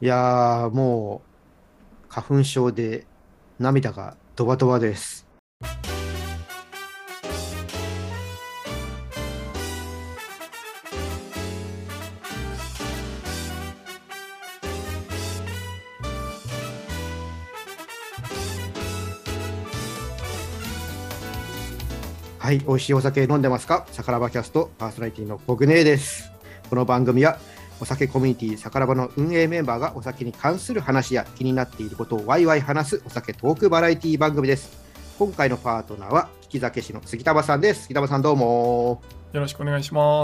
いやー、もう花粉症で涙がドバドバです。はい、美味しいお酒飲んでますか？サカラバキャストパーソナリティのコグネです。この番組はお酒コミュニティサカラバの運営メンバーがお酒に関する話や気になっていることをワイワイ話すお酒トークバラエティ番組です。今回のパートナーは利き酒師の杉玉さんです。杉玉さんどうも。 よろしくお願いします。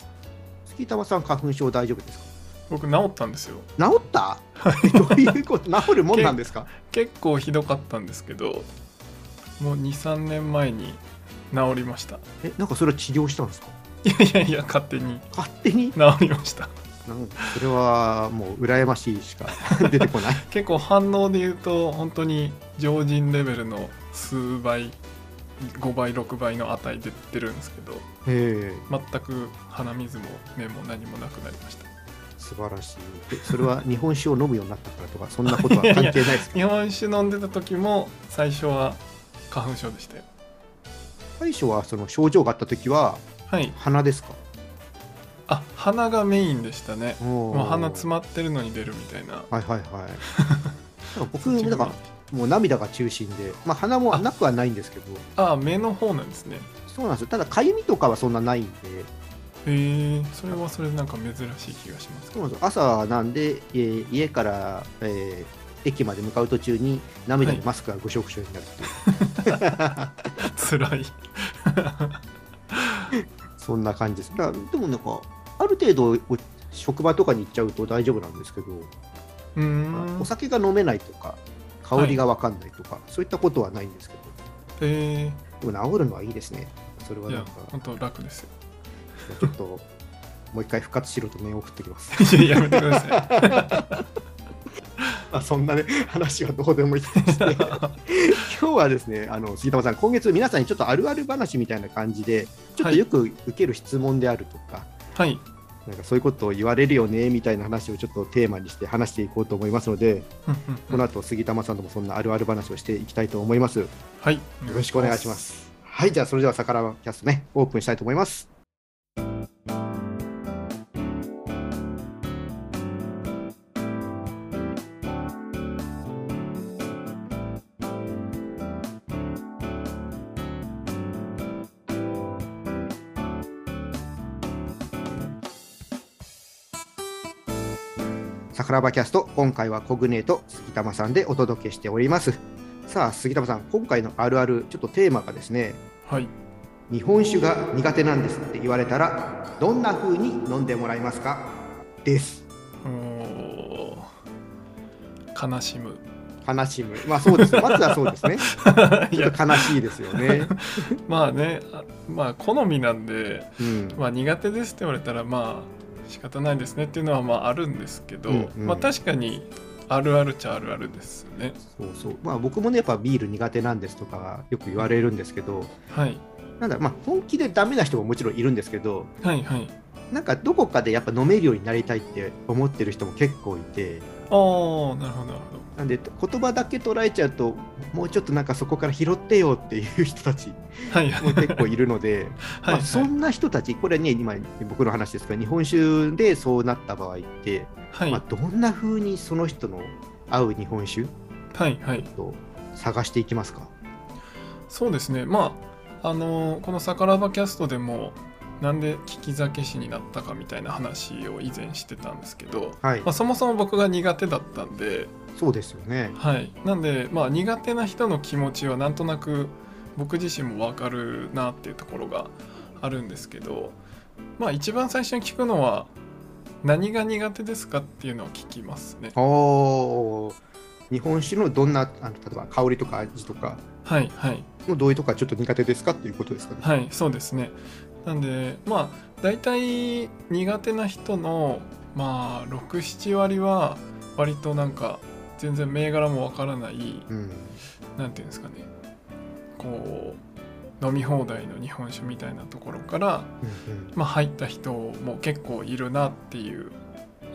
杉玉さん花粉症大丈夫ですか？ 僕治ったんですよ。 治った？どういうこと？治るもんなんですか？ 結構ひどかったんですけど、もう2、3年前に治りました。 なんかそれは治療したんですか？ いやいやいや、勝手に勝手に？ 治りました。 なんかそれはもう羨ましいしか出てこない。 結構反応で言うと本当に常人レベルの数倍、5倍6倍の値出てるんですけど、 え全く鼻水も目も何もなくなりました。 素晴らしい。それは日本酒を飲むようになったからとかそんなことは関係ないですか？ 日本酒飲んでた時も最初は花粉症でしたよ。 最初はその症状があった時ははい。 鼻ですか？ 鼻がメインでしたね。 おもう鼻ー、 詰まってるのに出るみたいな。 はいはいはい。なんか僕そっちがメイン。 なんかもう涙が中心で、まあ、鼻もなくはないんですけど、 目の方なんですね。 そうなんですよ。ただかゆみとかはそんなないんで、 へえ、それはそれでなんか珍しい気がしますけど。 そうなんですよ。朝なんで、家から、駅まで向かう途中に涙はい。 でマスクがぐしょぐしょになるっていう。 辛い。 そんな感じです。だからでもなんか、ある程度職場とかに行っちゃうと大丈夫なんですけど、 うーん。 お酒が飲めないとか、香はい。 りが分かんないとか、そういったことはないんですけえど、でも治るのはいいですね。それはいや、 なんか、 本当楽ですよ。 ちょっともう一回復活しろと念を送ってきます。 いや、やめてください。 そんなね、話はどうでもいいとして、今日はですね、杉玉さん、今月皆さんにちょっとあるある話みたいな感じで、ちょっはい。 とよく受ける質問であるとか、 はい。 なんかそういうことを言われるよねみたいな話をちょっとテーマにして話していこうと思いますので、 ふんふんふん。 この後杉玉さんともそんなあるある話をしていきたいと思います。よはい。お願いしろしくお願いしまます。 す。はい、じゃあそれではサカラキャストね、オープンしたいと思います。サカラバキャスト、今回はコグネと杉玉さんでお届けしております。さあ、杉玉さん、今回のあるある、ちょっとテーマがですね、 はい。 日本酒が苦手なんですって言われたら、どんな風に飲んでもらえますかです。 おー、悲しむ。 悲しむ。まあそうですね。まずはそうですね。 いや、 ちょっと悲しいですよね。 まあね、まあ好みなんで、 うん。 まあ苦手ですって言われたらまあ仕方ないですねっていうのはまああるんですけうんど、まあうん。 確かにあるあるっちゃあるあるですね。 そうそう。まあ僕もね、やっぱビール苦手なんですとかよく言われるんですけど、 はい。 なんだ、まあ本気でダメな人ももちろんいるんですけど、 はいはい。 なんかどこかでやっぱ飲めるようになりたいって思ってる人も結構いて、 ああ、なるほどなるほど。 なんで言葉だけ捉えちゃうと、もうちょっとなんかそこから拾ってよっていう人たちはいも結構いるので、まあ、 はいはい。 そんな人たち、これね、今僕の話ですが、日本酒でそうなった場合って、まあ、 はいどんな風にその人の合う日本酒はいはい。 と探していきますか？ そうですね。まあこの「さからばキャスト」でもなんで利き酒師になったかみたいな話を以前してたんですけど、 はい、 まあ、そもそも僕が苦手だったんで、 そうですよね。 はい、なんで、まあ、苦手な人の気持ちはなんとなく僕自身も分かるなっていうところがあるんですけど、まあ、一番最初に聞くのは何が苦手ですかっていうのを聞きますね。 おー、日本酒のどんな例えば香りとか味とかはいはいのどういうとこがちょっと苦手ですかっていうことですかね？ はい、そうですね。なんでまあ大体苦手な人のまあ6、7割は割となんか全然銘柄もわからない、 うん、 なんていうんですかね、こう飲み放題の日本酒みたいなところから、 うん、 まあ、入った人も結構いるなっていう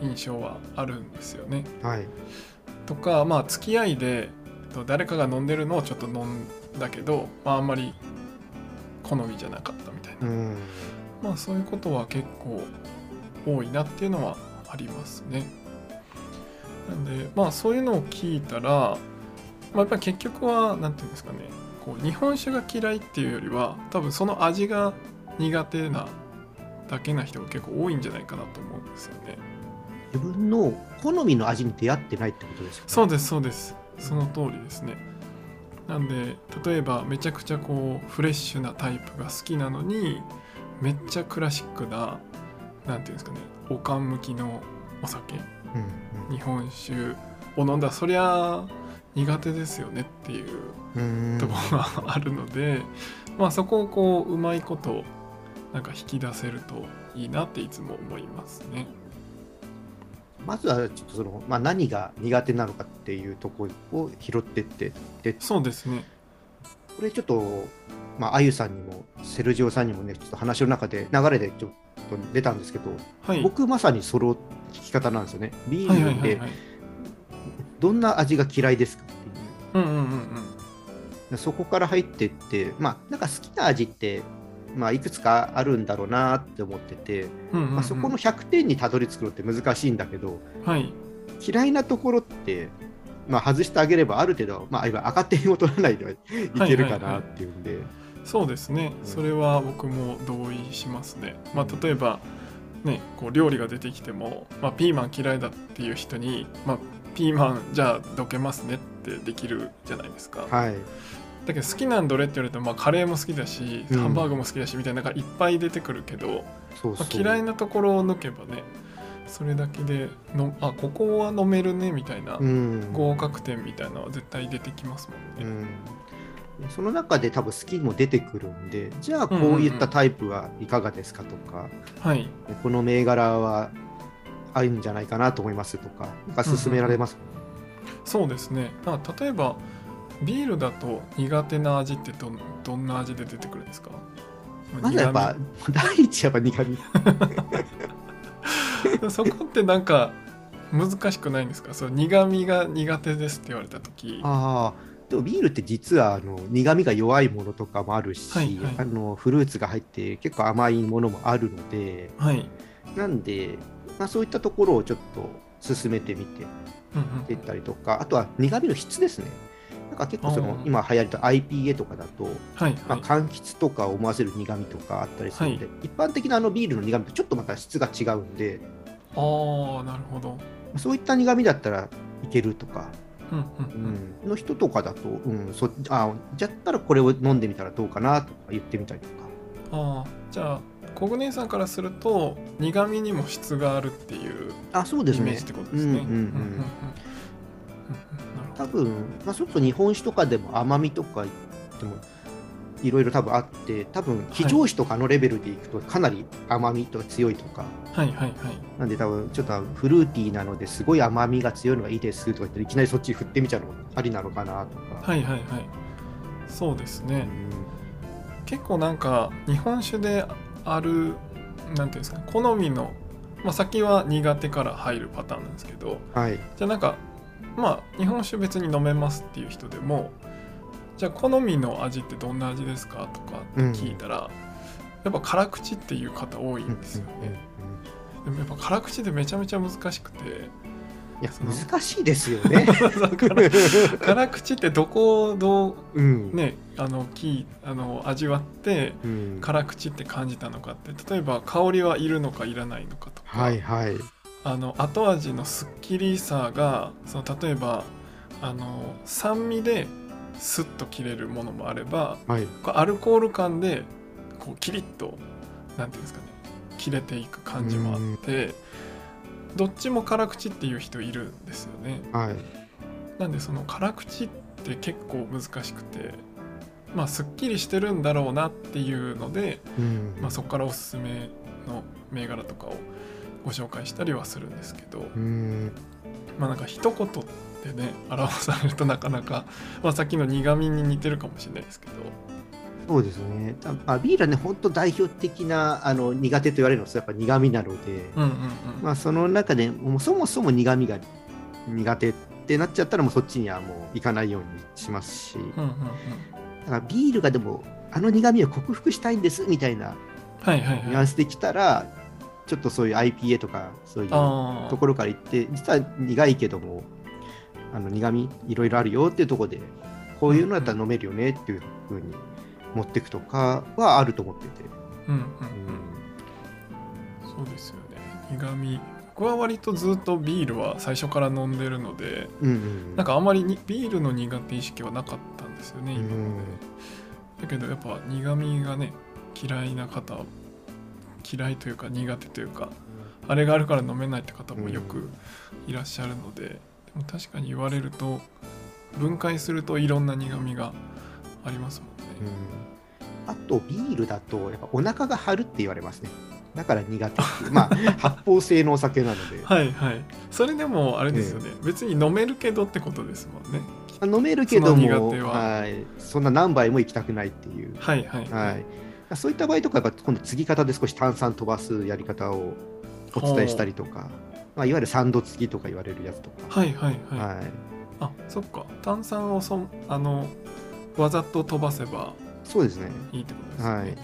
印象はあるんですよね。 はい。 とかまあ付き合いで誰かが飲んでるのをちょっと飲んだけど、まあ、あんまり好みじゃなかったみたいな、まあそういうことは結構多いなっていうのはありますね。なんでまあそういうのを聞いたら、まあ、やっぱり結局はなんていうんですかね、こう日本酒が嫌いっていうよりは多分その味が苦手なだけな人が結構多いんじゃないかなと思うんですよね。 自分の好みの味に出会ってないってことですよね。 そうですそうです、その通りですね。なんで例えばめちゃくちゃこうフレッシュなタイプが好きなのにめっちゃクラシックななんていうんですかね、おかん向きのお酒、日本酒を飲んだらそりゃ苦手ですよねっていうところがあるので、まあそこをこううまいことなんか引き出せるといいなっていつも思いますね。 まずはちょっとその、まあ、何が苦手なのかっていうところを拾ってってで、 そうですね。 これちょっと、まあ、あゆさんにもセルジオさんにもねちょっと話の中で流れでちょっと出たんですけど、 はい、 僕まさにその聞き方なんですよね。ビールでどんな味が嫌いですかっていう、そこから入っていって、まあなんか好きな味ってまあ、いくつかあるんだろうなって思ってて、まあ、そこの100点にたどり着くのって難しいんだけど、 はい、 嫌いなところって、まあ、外してあげればある程度、まあ、赤点を取らないではいけるかなっていうんで、 そうですね、それは僕も同意しますね。まあ、例えば、ね、こう料理が出てきても、まあ、ピーマン嫌いだっていう人に、まあ、ピーマンじゃあどけますねってできるじゃないですか。 はい、 だけど好きなんどれって言われても、まあ、カレーも好きだしハンバーグも好きだしみたいなのがいっぱい出てくるけど、 そうそう、 まあ、嫌いなところを抜けばねそれだけでここは飲めるねみたいな、合格点みたいなのは絶対出てきますもんね。 その中で多分好きも出てくるんで、じゃあこういったタイプはいかがですかとか、この銘柄は合うんじゃないかなと思いますとか、なんか勧められますもんね。 そうですね。例えばビールだと苦手な味ってどんな味で出てくるんですか？ まずやっぱ第一やっぱ苦味そこってなんか難しくないんですか？そう苦味が苦手ですって言われた時。 でもビールって実は苦味が弱いものとかもあるし、フルーツが入って結構甘いものもあるので、なんで、まあ、そういったところをちょっと進めてみていったりとか、あとは苦味の質ですね。なんか結構今流行りと IPA とかだと、まあ、柑橘とか思わせる苦味とかあったりするので、一般的なビールの苦味とちょっとまた質が違うんで、 なるほど。 そういった苦味だったらいけるとか、の人とかだと、じゃったらこれを飲んでみたらどうかなとか言ってみたりとか。 じゃあコグネさんからすると苦味にも質があるっていうイメージってことですね。 多分、まあ、ちょっと日本酒とかでも甘みとか言ってもいろいろ多分あって、多分非常酒とかのレベルでいくとかなり甘みとか強いとか、なんで多分ちょっとフルーティーなのですごい甘みが強いのがいいですとか言っていきなりそっち振ってみちゃうのもありなのかなとか。 そうですね、結構なんか日本酒であるなんていうんですか、好みの、まあ、先は苦手から入るパターンなんですけど、じゃあなんかまあ日本酒別に飲めますっていう人でも、じゃあ好みの味ってどんな味ですかとかって聞いたら、やっぱ辛口っていう方多いんですよね。でもやっぱ辛口でめちゃめちゃ難しくて、 いや難しいですよね辛口ってどこをどう、ね、味わって辛口って感じたのかって、例えば香りはいるのかいらないのかとか、後味のすっきりさが例えば酸味でスッと切れるものもあれば、アルコール感でこうキリッとなんていうんですかね、切れていく感じもあって、どっちも辛口っていう人いるんですよね。なんでその辛口って結構難しくて、まあすっきりしてるんだろうなっていうので、まあ、そこからおすすめの銘柄とかをご紹介したりはするんですけど、まあなんか一言でね表されるとなかなか、まあ、さっきの苦味に似てるかもしれないですけど、 そうですね。ビールはね、本当代表的な苦手と言われるのはやっぱ苦味なので、 うんうんうん。 まあ、その中でもうそもそも苦味が苦手ってなっちゃったらもうそっちにはもう行かないようにしますし、 うんうんうん。 だからビールがでも苦味を克服したいんですみたいなはいはいニュはい。 アンスできたら、ちょっとそういう IPA とかそういうとあころから言って、実は苦いけども苦味いろいろあるよっていうところで、こあ、うんういうのだったら飲めるよねっていうふうに持っていくとかはあると思ってて、 うんうんうん。 うんそうですよね。苦味。僕は割とずっとビールは最初から飲んでるので、 うんうんなんかあんまりビールの苦手意識はなかったんですよね、 うん今まで。だけどやっぱ苦味がね、嫌いな方、嫌いというか苦手というか、あれがあるから飲めないって方もよくいらっしゃるので、でも確かに言われると、分解するといろんな苦味がありますもんね。 あとビールだとやっぱお腹が張るって言われますね。だから苦手っていう、まあ発泡性のお酒なので、 はいはい。それでもあれですよね。 え別に飲めるけどってことですもんね。 飲めるけその苦ども、 手は。 はい、そんな何杯も行きたくないっていう、 はいはいははい。 い、そういった場合とかやっぱ今度継ぎ方で少し炭酸飛ばすやり方をお伝えしたりとか、まあ、いわゆるサンド付きとか言われるやつとか、 はいはいはい。 はい、 あ、そっか。炭酸をわざと飛ばせばそうですね。 いいってことですね。 はい、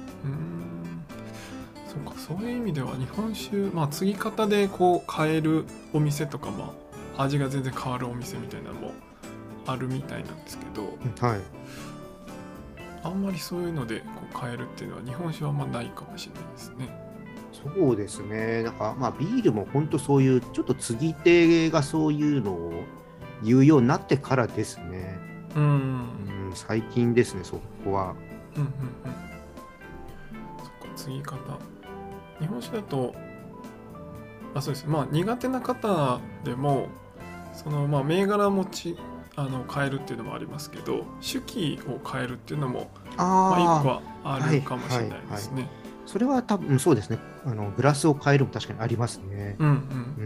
そっか。そういう意味では日本酒、まあ継ぎ方でこう変えるお店とか、まあ味が全然変わるお店みたいなのもあるみたいなんですけど、 はい、 あんまりそういうのでこう変えるっていうのは日本酒はあんまないかもしれないですね。 そうですね。なんかまあビールも本当そういうちょっと継ぎ手がそういうのを言うようになってからですね。 うん。 最近ですね、そこは。 うんうんうん。そっか、継ぎ方。日本酒だと、そうです。まあ苦手な方でも、まあ銘柄持ち、変えるっていうのもありますけど、酒器を変えるっていうのも、まあ一個あはああ、はい、 るかもしはい、 れないではい。 すね。 それは多分そうですね。グラスを変えるも確かにありますね。 うんうん。 うん。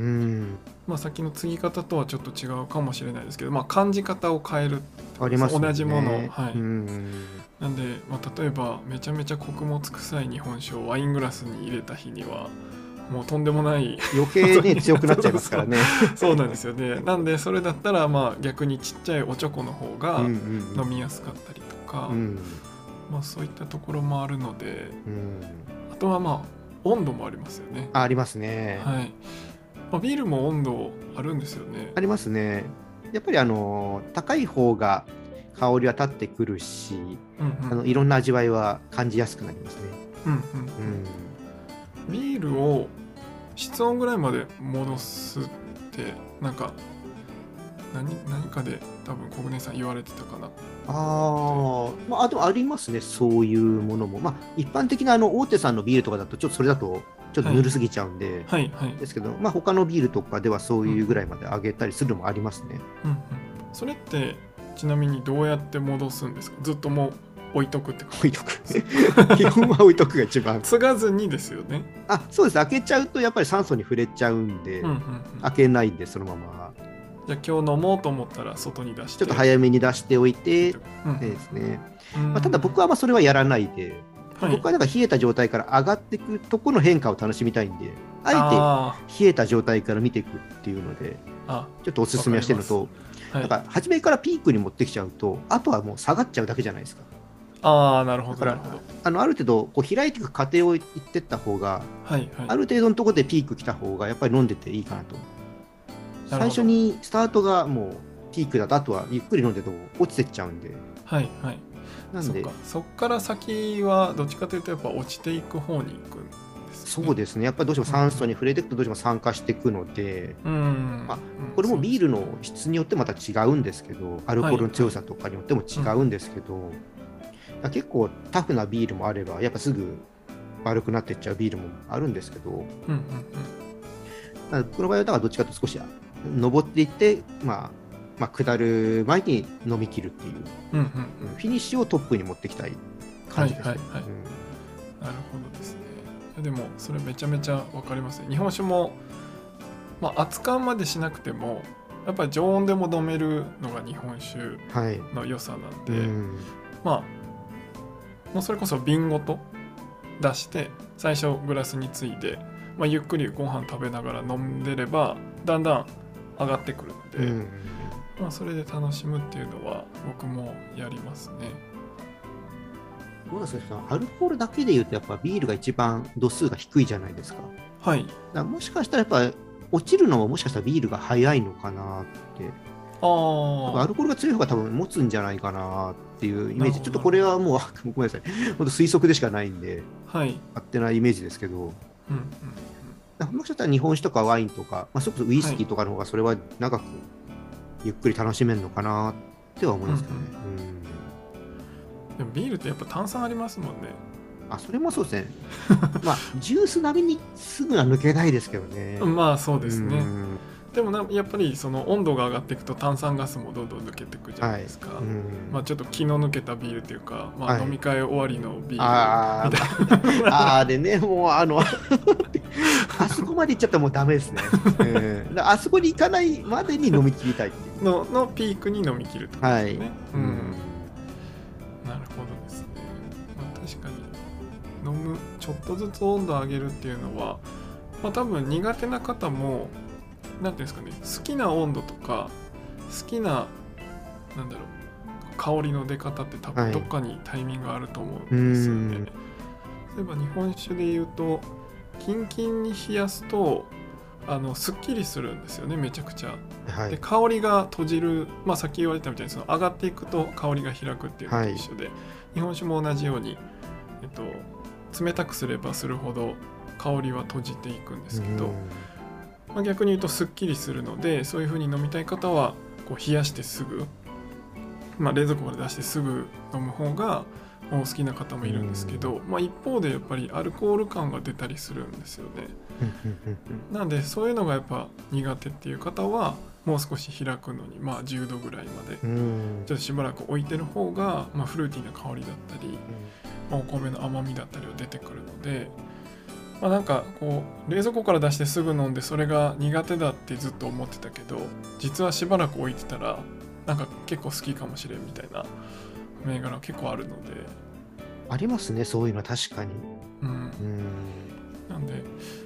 まあ先の継ぎ方とはちょっと違うかもしれないですけど、まあ感じ方を変えるってことです。 ありますよね。 同じものを。はうい。 ん。 なんで、まあ、例えばめちゃめちゃ穀物臭い日本酒をワイングラスに入れた日にはもうとんでもない余計ね、強くなっちゃいますからね。 そうなんですよね。なんでそれだったらまあ逆にちっちゃいおちょこの方がうん飲みやすかったりとか、 うん。 まあそういったところもあるので、 うん。 あとはまあ温度もありますよね。 ありますね。 はい。まあ、ビールも温度あるんですよね。 ありますね。やっぱり高い方が香りは立ってくるし、 うんうんいろんな味わいは感じやすくなりますね。 うんうん。 うん。 ビールを室温ぐらいまで戻すってなんか何かで多分小舟さん言われてたかな。 まあ、あとありますね、そういうものも。まあ、一般的な大手さんのビールとかだと、ちょっとそれだと、ちょっとぬるすぎちゃうんで、 はいはい。 ですけど、まあ、他のビールとかではそういうぐらいまで上げたりするのもありますね。 うんうん。それってちなみにどうやって戻すんですか？ずっともう置いとくってこと？ 置いとく。基本は置いとくが一番。 継がずにですよね。 そうです。開けちゃうと、やっぱり酸素に触れちゃうんで、 うんうんうん。 開けないんで、そのまま。 じゃあ今日飲もうと思ったら外に出してちょっと早めに出しておいて、 うんですね。 うんまあ、ただ僕はそれはやらないで、 はい僕はなんか冷えた状態から上がっていくとこの変化を楽しみたいんで、 あえて冷えた状態から見ていくっていうので、 あちょっとおすすめはしてるのと、 はい、 なんか初めからピークに持ってきちゃうと、あとはもう下がっちゃうだけじゃないですか。 なるほだからどなるほど。 ある程度こう開いていく過程をいってった方が、 はいはい。 ある程度のところでピーク来た方がやっぱり飲んでていいかなと。 なるほど最初にスタートがもうピークだと、あとはゆっくり飲んでると落ちてっちゃうんで。 はいはい。 なんでそっから先はどっちかというとやっぱ落ちていく方に行くんですね。 そうですね。やっぱりどうしても酸素に触れていくとどうしても酸化していくので、 うんこれもビールの質によってまた違うんですけど、アルコールの強さとかによっても違うんですけど、結構タフなビールもあれば、やっぱすぐ悪くなっていっちゃうビールもあるんですけど、 うんうんうん、 僕の場合はだからどっちかというと少し上っていって、下る前に飲み切るっていう、 うんうんうん、 フィニッシュをトップに持っていきたい感じですね。 はいはいはい、なるほどですね。でもそれめちゃめちゃ分かりますね。日本酒も、熱燗までしなくてもやっぱり常温でも飲めるのが日本酒の良さなんで、 もうそれこそ瓶ごと出して最初グラスについで、ゆっくりご飯食べながら飲んでればだんだん上がってくるので、それで楽しむっていうのは僕もやりますね。 どうですか、アルコールだけでいうとやっぱビールが一番度数が低いじゃないですか。 はい。 だからもしかしたらやっぱ落ちるのももしかしたらビールが早いのかなって。アルコールが強い方が多分持つんじゃないかなっていうイメージ。ちょっとこれはもうごめんなさい、本当推測でしかないんで、 はい、 勝手なイメージですけど、もしかしたら日本酒とかワインとか、それこそウイスキーとかの方がそれは長くゆっくり楽しめるのかなっては思いますけどね。 でもビールってやっぱ炭酸ありますもんね。 それもそうですね。ジュース並みにすぐは抜けないですけどね。 そうですね。でもやっぱりその温度が上がっていくと炭酸ガスもどんどん抜けていくじゃないですか。ちょっと気の抜けたビールというか、飲み会終わりのビールみたいな。 あれね、もうあそこまで行っちゃったらもうダメですね。あそこに行かないまでに飲み切りたいっていうのピークに飲み切るってことですね。なるほどですね。確かに飲むちょっとずつ温度を上げるっていうのは、多分苦手な方もなんていうんですかね、好きな温度とか好きな香りの出方って多分どっかにタイミングがあると思うんですよね。例えば日本酒で言うとキンキンに冷やすとすっきりするんですよね、めちゃくちゃ。で香りが閉じる、さっき言われたみたいにその上がっていくと香りが開くっていうのと一緒で、日本酒も同じように、冷たくすればするほど香りは閉じていくんですけど、逆に言うとすっきりするので、そういう風に飲みたい方はこう冷やしてすぐ、冷蔵庫まで出してすぐ飲む方が好きな方もいるんですけど、一方でやっぱりアルコール感が出たりするんですよね。なんでそういうのがやっぱ苦手っていう方はもう少し開くのに10度ぐらいまでちょっとしばらく置いてる方がフルーティーな香りだったり、お米の甘みだったりは出てくるので、なんかこう冷蔵庫から出してすぐ飲んでそれが苦手だってずっと思ってたけど、実はしばらく置いてたらなんか結構好きかもしれんみたいな銘柄結構あるので。 ありますね、そういうのは確かに。 なんで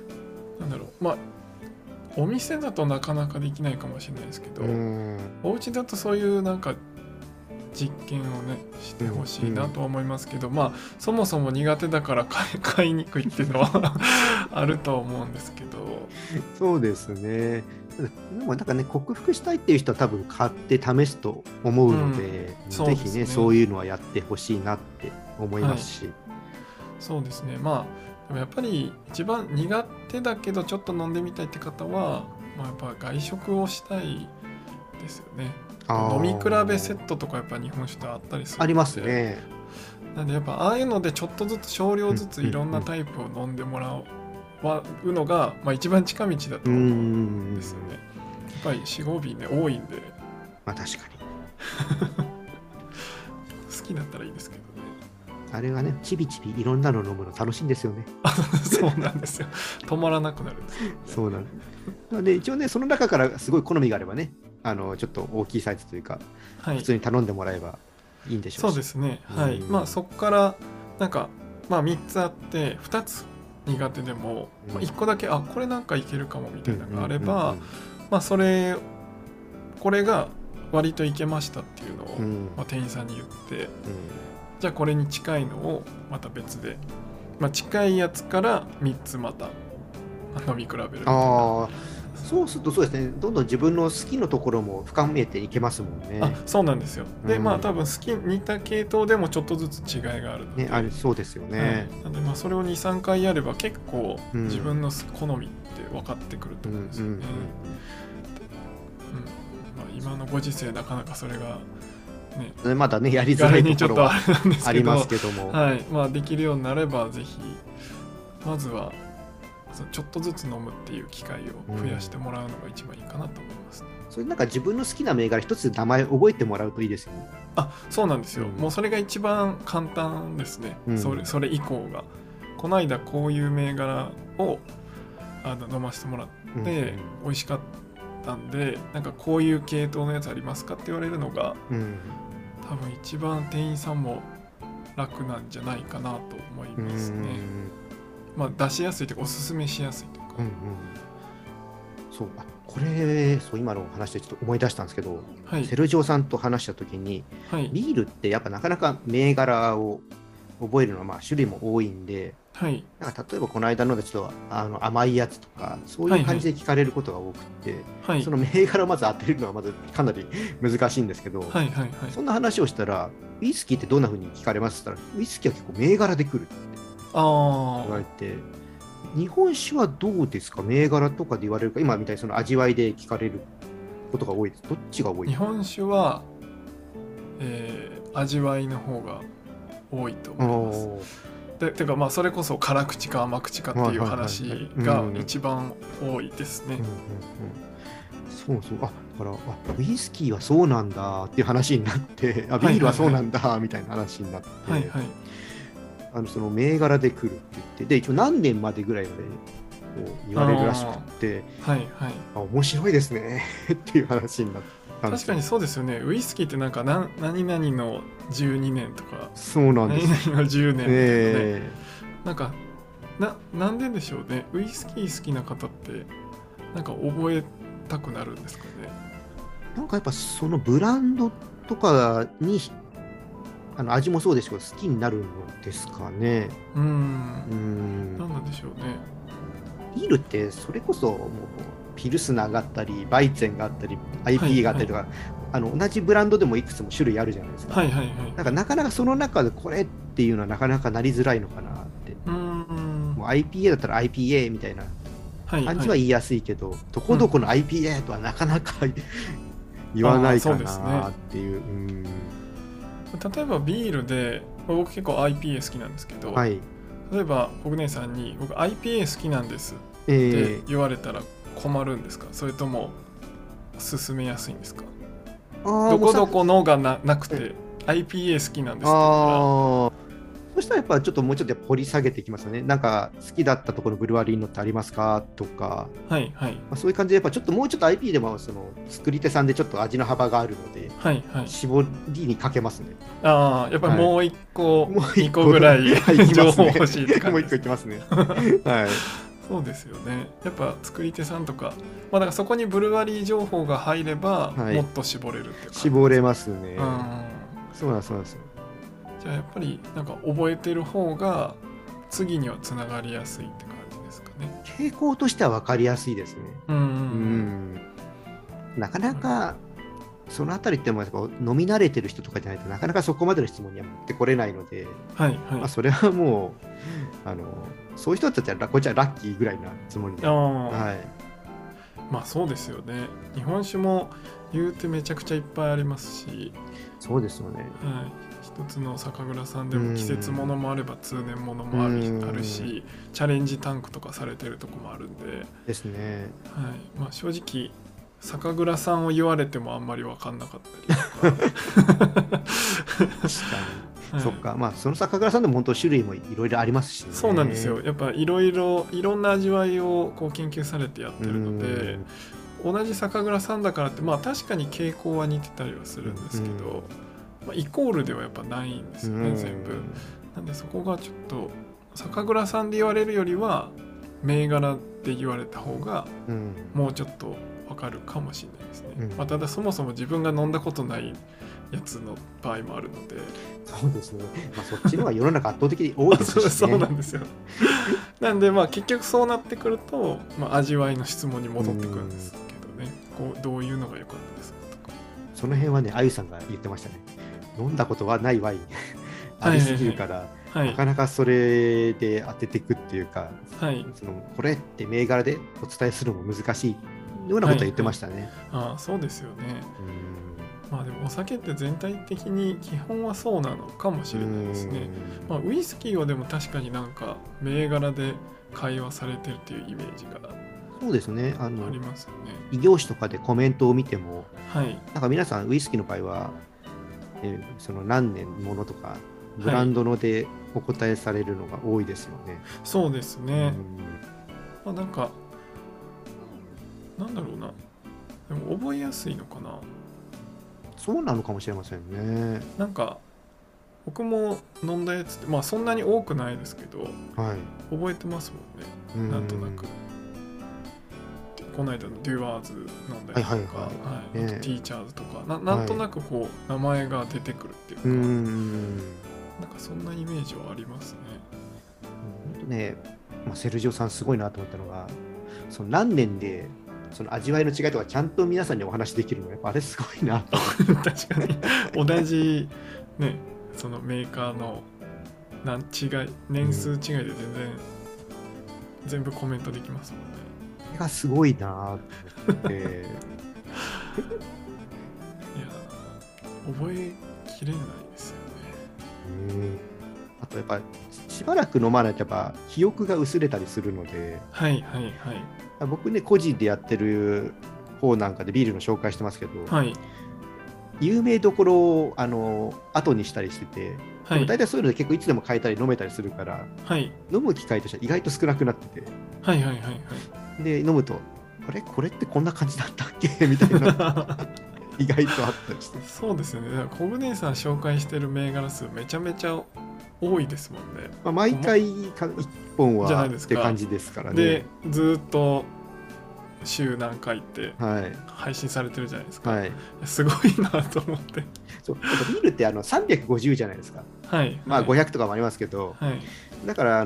お店だとなかなかできないかもしれないですけど、お家だとそういうなんか実験をねしてほしいなとは思いますけど、そもそも苦手だから買いにくいっていうのはあると思うんですけど。 そうですね。でもなんかね、克服したいっていう人は多分買って試すと思うので、ぜひねそういうのはやってほしいなって思いますし。 そうですね。でもやっぱり一番苦手だけどちょっと飲んでみたいって方は、やっぱ外食をしたいですよね。飲み比べセットとかやっぱ日本酒とあったりするので。 ありますね。 なんでやっぱああいうのでちょっとずつ少量ずついろんなタイプを飲んでもらうのが、一番近道だと思うんですよね。やっぱり4、5瓶ね多いんで。 確かに。 好きだったらいいですけどね。 あれはね、ちびちびいろんなの飲むの楽しいんですよね。 そうなんですよ。止まらなくなるんですよ、ね。 そうなんです。なので一応ね、その中からすごい好みがあればね、ちょっと大きいサイズというか、普通に頼んでもらえばいいんでしょうし。 そうですね。そこからなんか3つあって2つ苦手でも、1個だけこれなんかいけるかもみたいなのがあれば、これが割といけましたっていうのを、店員さんに言って、じゃあこれに近いのをまた別で、近いやつから3つまた飲み比べるみたいな。 そうするとそうですね、どんどん自分の好きなところも深めていけますもんね。 そうなんですよ。で多分似た系統でもちょっとずつ違いがあるので、 そうですよね。 なのでそれを 2,3 回やれば結構自分の好みって分かってくると思うんですよね。今のご時世なかなかそれがまだねやりづらいところはありますけども、 できるようになればぜひまずはちょっとずつ飲むっていう機会を増やしてもらうのが一番いいかなと思いますね。 それなんか自分の好きな銘柄一つ名前覚えてもらうといいですよね。 そうなんですよ。もうそれが一番簡単ですね。それ以降がこの間こういう銘柄を飲ませてもらって美味しかったんで、なんかこういう系統のやつありますかって言われるのが、多分一番店員さんも楽なんじゃないかなと思いうん。 ますね。まあ出しやすいというかおすすめしやすいというか。 うんうん。そう、これ、そう、今の話でちょっと思い出したんですけど、 はいセルジオさんと話したときに、 はいビールってやっぱなかなか銘柄を覚えるのはまあ種類も多いんで、 はいなんか例えばこの間のでちょっと甘いやつとか、そういう感じで聞かれることが多くて、 はいその銘柄をまず当てるのはまずかなり難しいんですけど、 はいはいはい。 そんな話をしたら、ウイスキーってどんな風に聞かれますって言ったら、ウイスキーは結構銘柄で来るってあ言われて、日本酒はどうですか、銘柄とかで言われるか、今みたいにその味わいで聞かれることが多いです。どっちが多いですか？ 日本酒は、味わいの方が多いと思います。てかまあそれこそ辛口か甘口かっていう話が一番多いですね。 そうそう、だからウイスキーはそうなんだっていう話になって、ビールはそうなんだみたいな話になって、 はいはいその銘柄で来るって言って、で一応何年までぐらいまでこう言われるらしくって、 はいはい。 面白いですねっていう話になったんですよ。 確かにそうですよね。ウイスキーってなんか何々の12年とかそうなんです。 何々の10年みたいなね、なんかなんででしょうね。ウイスキー好きな方ってなんか覚えたくなるんですかね。 なんかやっぱそのブランドとかに味もそうですけど好きになるのですかね。 何なんでしょうね。 ビールってそれこそもうピルスナーがあったりバイツェンがあったり IPA があったりとか、同じブランドでもいくつも種類あるじゃないですか。 はいはいはい。 なんかなかなかその中でこれっていうのはなかなかなりづらいのかなって。もう IPA だったら IPA みたいな感じは言いやすいけど、どこどこの IPA とはなかなか言わないかなっていう。 例えばビールで僕結構 IPA 好きなんですけど、 はい、 例えばコグネさんに僕 IPA 好きなんですって言われたら困るんですか、それとも勧めやすいんですか？どこどこのが なくて IPA 好きなんですって言ったら、 そしたらやっぱちょっともうちょっと掘り下げていきますよね。なんか好きだったところのブルワリーのってありますかとか、 はいはい、 そういう感じでやっぱちょっともうちょっと IP でもその作り手さんでちょっと味の幅があるので、 はいはい、 絞りにかけますね。 やっぱりもう一個、もう2個ぐらい情報欲しいって感じです。 もう一個いきますね。はい。 そうですよね。やっぱ作り手さんとか、だからそこにブルワリー情報が入れば、もっと絞れるっていうか。 絞れますね。そうなんです、そうなんです。 じゃあやっぱりなんか覚えてる方が次にはつながりやすいって感じですかね。 傾向としては分かりやすいですね。なかなかそのあたりっても飲み慣れてる人とかじゃないとなかなかそこまでの質問には持ってこれないので、 はいはい、 それはもうそういう人たちはこっちはラッキーぐらいなつもりで。はい、 まあそうですよね。日本酒も言うてめちゃくちゃいっぱいありますし。 そうですよね。 はい、一つの酒蔵さんでも季節ものもあれば通年ものもあるし、チャレンジタンクとかされてるとこもあるんでですね。 はい、正直酒蔵さんを言われてもあんまり分かんなかったりとか。確かに、そっか、その酒蔵さんでも本当種類もいろいろありますしね。 そうなんですよ。やっぱいろんな味わいをこう研究されてやってるので、同じ酒蔵さんだからって確かに傾向は似てたりはするんですけど、イコールではやっぱないんですよね、全部。なんでそこがちょっと酒蔵さんで言われるよりは銘柄で言われた方がもうちょっと分かるかもしれないですね。ただそもそも自分が飲んだことないやつの場合もあるので。 そうですね。そっちの方が世の中圧倒的に多いですしね。 そうなんですよ。なんで結局そうなってくると、味わいの質問に戻ってくるんですけどね。どういうのが良かったですかとか。 その辺はね、あゆさんが言ってましたね。飲んだことはないワインありすぎるから、なかなかそれで当てていくっていうか、これって銘柄でお伝えするのも難しいようなことは言ってましたね。 そうですよね。でもお酒って全体的に基本はそうなのかもしれないですね。ウイスキーはでも確かになんか銘柄で会話されてるっていうイメージがそうですね。 ありますよね。 異業種とかでコメントを見ても、 なんか皆さんウイスキーの場合はその何年ものとかブランドのでお答えされるのが多いですよね。 そうですね。なんかなんだろうな、でも覚えやすいのかな。 そうなのかもしれませんね。 なんか僕も飲んだやつってまあそんなに多くないですけどはい。 覚えてますもんね、なんとなく。この間のデュアーズ飲んだりとか、 はいはいはいはい、あとええティーチャーズとかなんとなくこう名前が出てくるっていうか、なんかそんなイメージはありますね。 本当ね、セルジオさんすごいなと思ったのが、その何年でその味わいの違いとかちゃんと皆さんにお話できるのやっぱあれすごいなと。 確かに同じね、そのメーカーの年数違いで全部コメントできますもんね。 それがすごいなと思って。 いや覚えきれないですよね。 あとやっぱしばらく飲まないとやっぱ記憶が薄れたりするので、 はいはいはい僕ね個人でやってる方なんかでビールの紹介してますけど、 はい、 有名どころを後にしたりしてて、 はい、 でも大体そういうので結構いつでも買えたり飲めたりするから、 はい、 飲む機会としては意外と少なくなってて、 はいはいはいはいで飲むとこれってこんな感じだったっけみたいな意外とあったりして。 そうですよね。だからコグネさん紹介してる銘柄数めちゃめちゃ多いですもんね。 毎回1本はって感じですからね。 でずっと週何回ってはい配信されてるじゃないですか、 はい、 すごいなと思って。 そうビールって350じゃないですか。 はい、 まあ500とかもありますけど、 はい、 だから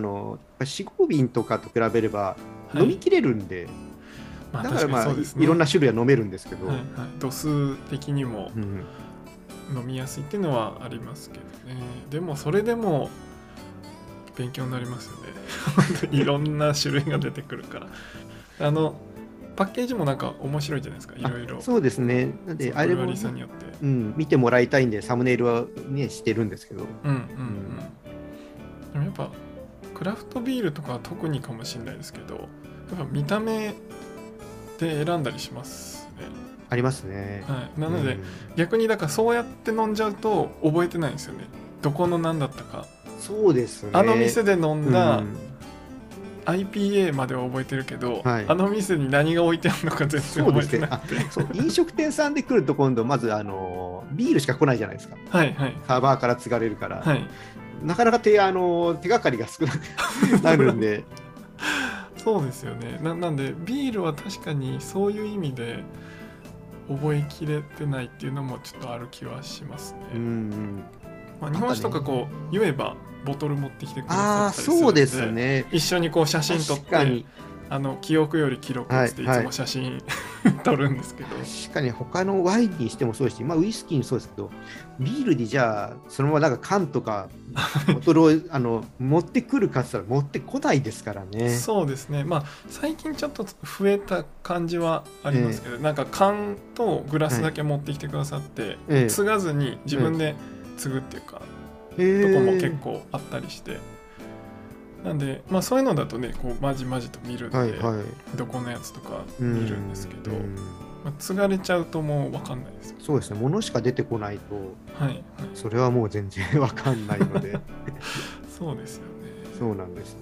4、5瓶とかと比べれば飲みきれるんで、 はい、 だからまあ、 そうですね、 いろんな種類は飲めるんですけど、 はいはい、度数的にも飲みやすいっていうのはありますけどね。でもそれでも勉強になりますよねいろんな種類が出てくるからパッケージもなんか面白いじゃないですか、いろいろ。 そうですね。なんであれも、 さんによって、 見てもらいたいんでサムネイルはねしてるんですけど、 でもやっぱクラフトビールとかは特にかもしれないですけど、やっぱ見た目で選んだりしますね。 ありますね。 はい、なので、逆にだからそうやって飲んじゃうと覚えてないんですよね。どこの何だったか。 そうですね。 あの店で飲んだ、IPA までは覚えてるけど、はい、あの店に何が置いてあるのか全然覚えてなくて、 そう飲食店さんで来ると今度まずビールしか来ないじゃないですか。 はいはい、 サーバーから継がれるから、 はい、 なかなか手がかりが少なくなるんでそうですよね。なんでビールは確かにそういう意味で覚えきれてないっていうのもちょっとある気はしますね。まあ、日本酒とかこう言えばボトル持ってきてくださったりするので、 そうですね、 一緒にこう写真撮って記憶より記録っていつも写真、撮るんですけど、 確かに他のワインにしてもそうですし、ウイスキーにそうですけど、ビールにじゃあそのままなんか缶とかボトルを持ってくるかって言ったら持ってこないですからね。 そうですね。まあ最近ちょっと増えた感じはありますけど、なんか缶とグラスだけ持ってきてくださって、継がずに自分で継ぐっていうか、とこも結構あったりして、なんで、まあ、そういうのだとねこうまじまじと見るんで、どこのやつとか見るんですけど、継がれちゃうともう分かんないですよ。 そうですね、物しか出てこないと、それはもう全然分かんないのでそうですよね。 そうなんですよ、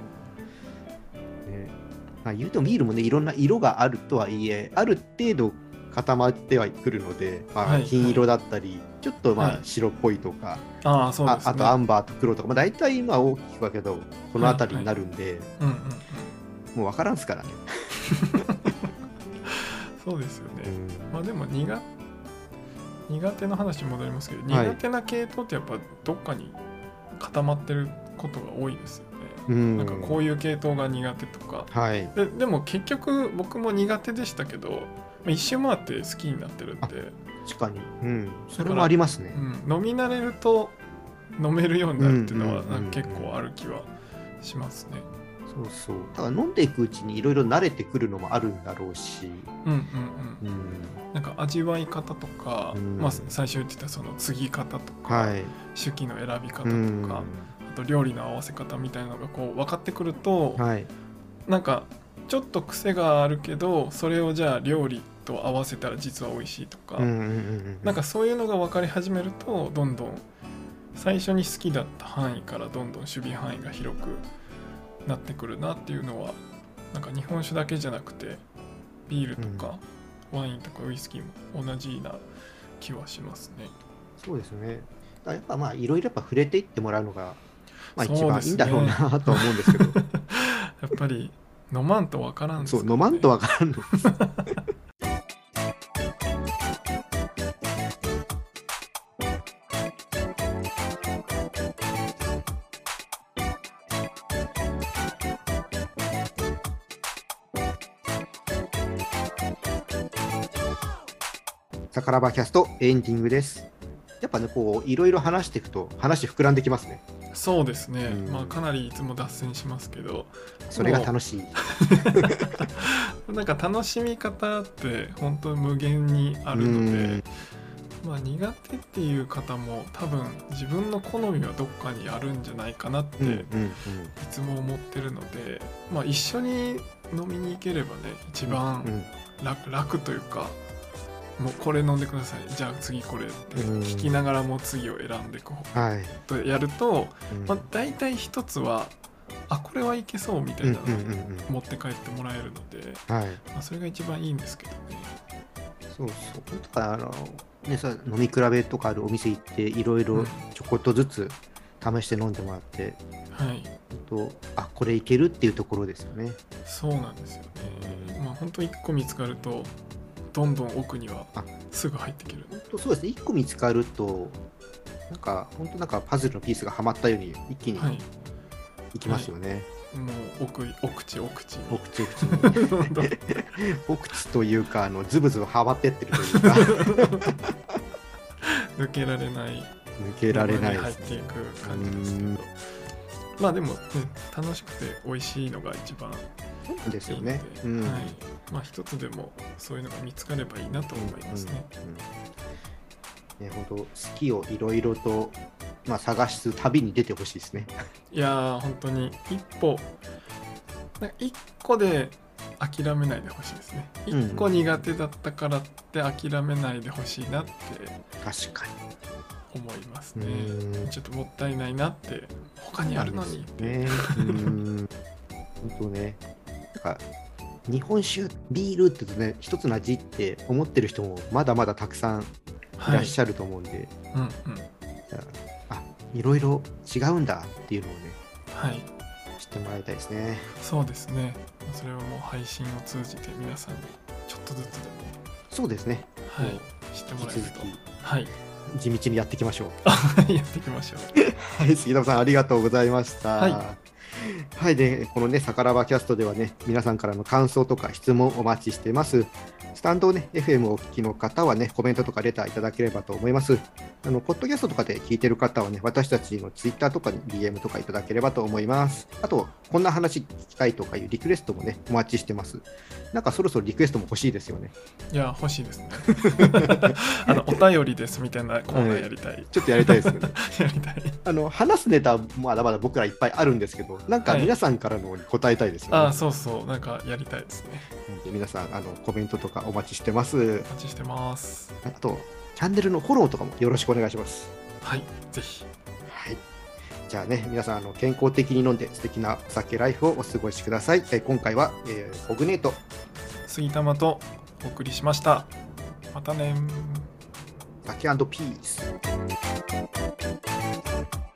言うとビールもねいろんな色があるとはいえある程度固まってはくるので、金色だったり、ちょっと白っぽいとか、あとアンバーと黒とか、大体大きく分けるとこの辺りになるんで、もう分からんすからねそうですよね。まあでも苦手な話に戻りますけど、苦手な系統ってやっぱどっかに固まってることが多いですよね。なんかこういう系統が苦手とか、でも結局僕も苦手でしたけど、一周回って好きになってるんで。 確かに、それもありますね。 飲み慣れると飲めるようになるっていうのは結構ある気はしますね。 そうそう。だから飲んでいくうちにいろいろ慣れてくるのもあるんだろうし、 なんか味わい方とか、最初言ってたその継ぎ方とか、酒器の選び方とか、あと料理の合わせ方みたいなのがこう分かってくると、なんかちょっと癖があるけどそれをじゃあ料理と合わせたら実は美味しいとか、なんかそういうのが分かり始めるとどんどん最初に好きだった範囲からどんどん守備範囲が広くなってくるなっていうのは、なんか日本酒だけじゃなくてビールとかワインとかウイスキーも同じな気はしますね。 そうですね。 やっぱまあいろいろやっぱ触れていってもらうのが、まあ、一そうです番いいんだろうね。 なとは思うんですけど、 やっぱり飲まんとわからんでそう、 すからね。 飲まんとわからんの。さからばキャストエンディングです。やっぱね、こういろいろ話していくと話膨らんできますね。 そうですね。 うんまあかなりいつも脱線しますけど、 それが楽しい。 なんか楽しみ方って本当無限にあるので、まあ苦手っていう方も多分自分の好みはどっかにあるんじゃないかなっていつも思ってるので、まあ一緒に飲みに行ければね、一番楽というか、もうこれ飲んでください、じゃあ次これって聞きながらもう次を選んでいくとやると、まあ、大体一つはこれはいけそうみたいなのを持って帰ってもらえるので、まあ、それが一番いいんですけどね。 そうそう。だからね、さ飲み比べとかあるお店行っていろいろちょこっとずつ試して飲んでもらって、これいけるっていうところですよね。 そうなんですよね。まあ本当1個見つかるとどんどん奥にはすぐ入ってくる。 本当そうですね。1個見つかると本当なんかパズルのピースがはまったように一気にいきますよね。 もう奥地に奥地というかズブズブはまってってるというか抜けられない入っていく感じですけど、まあでもね、楽しくて美味しいのが一番いいですよね。 まあ一つでもそういうのが見つかればいいなと思いますね。 本当好きをいろいろと、まあ、探す旅に出てほしいですね。 いやー本当に一個で諦めないでほしいですね。一個苦手だったからって諦めないでほしいなって確かに思いますね。ちょっともったいないなって、他にあるのにって本当ね、なんか日本酒ビールってね一つの味って思ってる人もまだまだたくさんいらっしゃると思うんで、いろいろ違うんだっていうのをね、知ってもらいたいですね。 そうですね。それはもう配信を通じて皆さんにちょっとずつでもそうですね、 知ってもらえると地道にやっていきましょう。やっていきましょう。 はい、杉田さんありがとうございました。はい、でこのねさからばキャストではね、皆さんからの感想とか質問お待ちしています。スタンドね FM をお聞きの方はね、コメントとかレターいただければと思います。ポッドキャストとかで聞いてる方はね、私たちのツイッターとかに DM とかいただければと思います。あと、こんな話聞きたいとかいうリクエストもね、お待ちしてます。なんかそろそろリクエストも欲しいですよね。 いや、欲しいですね。お便りですみたいなコーナーやりたい。 ちょっとやりたいですよね。 やりたい。 話すネタまだまだ僕らいっぱいあるんですけど、なんか皆さんからのに答えたいですよね。 そうそう、なんかやりたいですね。 皆さんコメントとかお待ちしてます。 お待ちしてます。 あとチャンネルのフォローとかもよろしくお願いします。 はい、ぜひ。 はい。じゃあね、皆さん健康的に飲んで素敵なお酒ライフをお過ごしください。今回は、コグネート杉玉とお送りしました。またね。 酒&ピース。